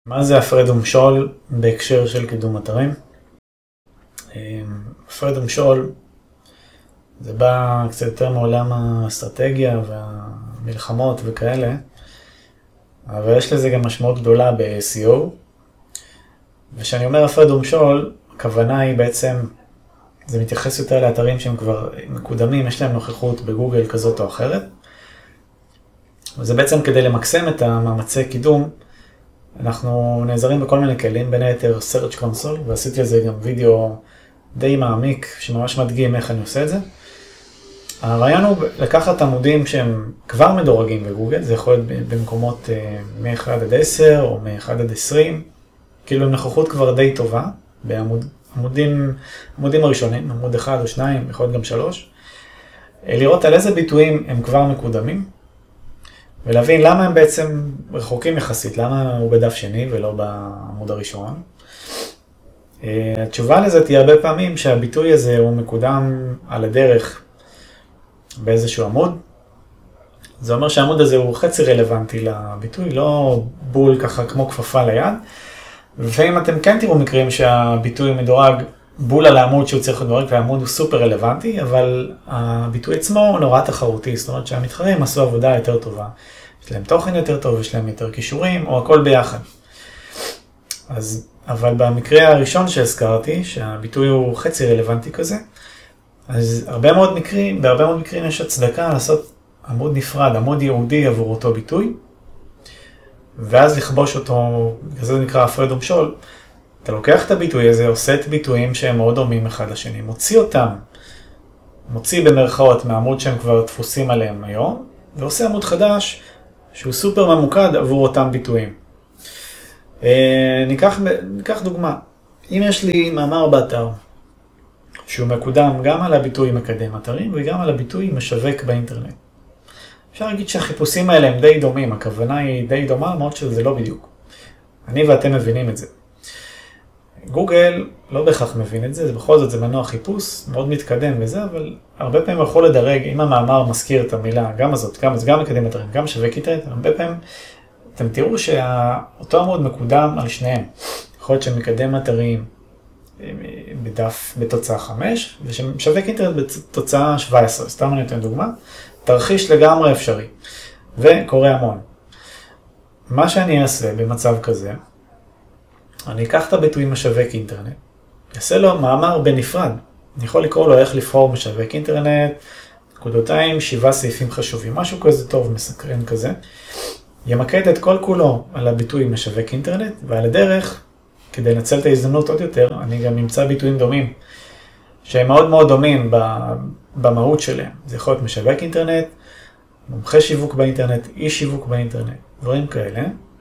מה זה הפרד ומשול בהקשר של קידום אתרים? הפרד ומשול זה בא קצת יותר מעולם האסטרטגיה והמלחמות וכאלה, אבל יש לזה גם משמעות גדולה ב-SEO. וכשאני אומר הפרד ומשול, הכוונה היא בעצם, זה מתייחס יותר לאתרים שהם כבר מקודמים, יש להם נוכחות בגוגל כזאת או אחרת. וזה בעצם כדי למקסם את המאמצי קידום, אנחנו נעזרים בכל מיני כלים, בין היתר Search Console, ועשיתי על זה גם וידאו די מעמיק, שממש מדגים איך אני עושה את זה. הרעיון הוא לקחת עמודים שהם כבר מדורגים בגוגל, זה יכול להיות במקומות מ-1 עד 10 או מ-1 עד 20, כאילו עם נוכחות כבר די טובה, בעמודים הראשונים, עמוד 1 או 2, יכול להיות גם 3, לראות על איזה ביטויים הם כבר מקודמים, ולהבין למה הם בעצם רחוקים יחסית, למה הוא בדף שני ולא בעמוד הראשון. התשובה לזה תהיה הרבה פעמים שהביטוי הזה הוא מקודם על הדרך באיזשהו עמוד. זה אומר שהעמוד הזה הוא חצי רלוונטי לביטוי, לא בול ככה כמו כפפה ליד. ואם אתם כן תראו מקרים שהביטוי מדורג בול על העמוד שהוא צריך לדורג, והעמוד הוא סופר רלוונטי, אבל הביטוי עצמו הוא נורא תחרותי, זאת אומרת שהמתחרים עשו עבודה יותר טובה. יש להם תוכן יותר טוב, יש להם יותר קישורים, או הכל ביחד. אבל במקרה הראשון שהזכרתי, שהביטוי הוא חצי רלוונטי כזה, אז בהרבה מאוד מקרים יש הצדקה לעשות עמוד נפרד, עמוד ייעודי עבור אותו ביטוי, ואז לכבוש אותו, זה נקרא הפרד ומשול. אתה לוקח את הביטוי הזה, עושה את ביטויים שהם מאוד דומים אחד לשני, מוציא במרכאות מהעמוד שהם כבר דפוסים עליהם היום, ועושה עמוד חדש שהוא סופר ממוקד עבור אותם ביטויים. ניקח דוגמה. אם יש לי מאמר באתר, שהוא מקודם גם על הביטוי מקדם אתרים, וגם על הביטוי משווק באינטרנט. אפשר להגיד שהחיפושים האלה הם די דומים, הכוונה היא די דומה, למרות שזה לא בדיוק. אני ואתם מבינים את זה. גוגל לא בהכרח מבין את זה, בכל זאת זה מנוע חיפוש, מאוד מתקדם וזה, אבל הרבה פעמים יכול לדרג, אם המאמר מזכיר את המילה, גם הזאת, גם מקדם אתרים, גם משווק אינטרנט, הרבה פעמים אתם תראו שאותו עמוד מקודם על שניהם. יכול להיות שמקדם אתרים בדף בתוצאה 5, ושמשווק אינטרנט בתוצאה 17, סתם אני אתן דוגמה, תרחיש לגמרי אפשרי, וקורה המון. מה שאני אעשה במצב כזה, אני אקח את הביטוי משווק אינטרנט, אעשה לו מאמר בנפרד. אני יכול לקרוא לו איך לבחור משווק אינטרנט, 7 סעיפים חשובים, משהו כזה טוב, מסקרן כזה. ימקד את כל כולו על הביטוי משווק אינטרנט, ועל הדרך, כדי לנצל את ההזדמנות עוד יותר, אני גם אמצא ביטויים דומים, שהם מאוד מאוד דומים במהות שלהם. זה יכול להיות משווק אינטרנט, מומחה שיווק באינטרנט, אי שיווק באינטרנט, דברים כאלה.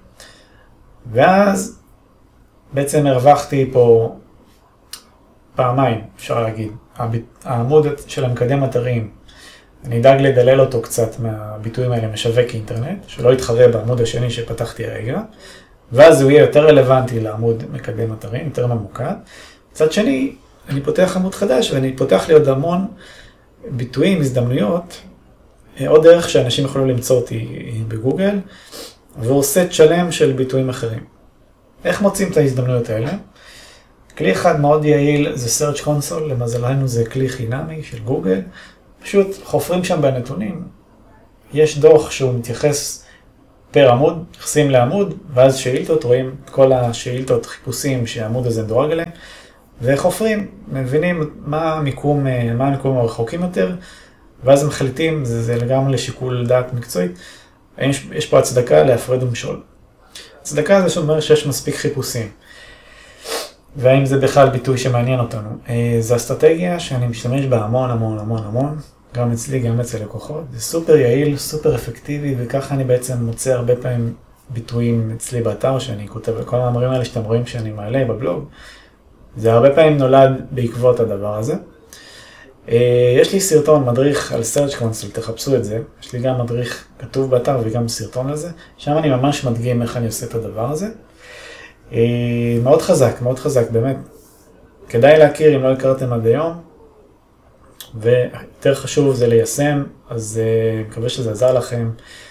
ואז בעצם הרווחתי פה פעמיים, אפשר להגיד. העמוד של המקדם אתרים, אני אדאג לדלל אותו קצת מהביטויים האלה משווק אינטרנט, שלא יתחרה בעמוד השני שפתחתי הרגע, ואז הוא יהיה יותר רלוונטי לעמוד מקדם אתרים, יותר ממוקד. מצד שני, אני פותח עמוד חדש ואני פותח לי עוד המון ביטויים, הזדמנויות, עוד דרך שאנשים יכולים למצוא אותי בגוגל, עבור סט שלם של ביטויים אחרים. איך מוצאים את ההזדמנויות האלה? כלי אחד מאוד יעיל זה Search Console, למזלנו זה כלי חינמי של גוגל, פשוט חופרים שם בנתונים, יש דוח שהוא מתייחס פר עמוד, נכנסים לעמוד, ואז שאילתות, רואים את כל השאילתות, חיפושים שהעמוד הזה מדורג עליהם, וחופרים, מבינים מה המיקום הרחוקים יותר, ואז מחליטים, זה לגמרי לשיקול דעת מקצועית, יש פה הצדקה להפרד ומשול. הצדקה זה שאומר שיש מספיק חיפושים, והאם זה בכלל ביטוי שמעניין אותנו. זו אסטרטגיה שאני משתמש בה המון, גם אצלי, גם אצל לקוחות. זה סופר יעיל, סופר אפקטיבי, וככה אני בעצם מוצא הרבה פעמים ביטויים אצלי באתר שאני כותב, וכל המאמרים האלה שאתם רואים שאני מעלה בבלוג, זה הרבה פעמים נולד בעקבות הדבר הזה. יש לי סרטון, מדריך על Search Console, תחפשו את זה. יש לי גם מדריך כתוב באתר וגם סרטון על זה. שם אני ממש מדגים איך אני עושה את הדבר הזה. מאוד חזק, באמת. כדאי להכיר אם לא הכרתם עד היום. ויותר חשוב זה ליישם, אז מקווה שזה עזר לכם.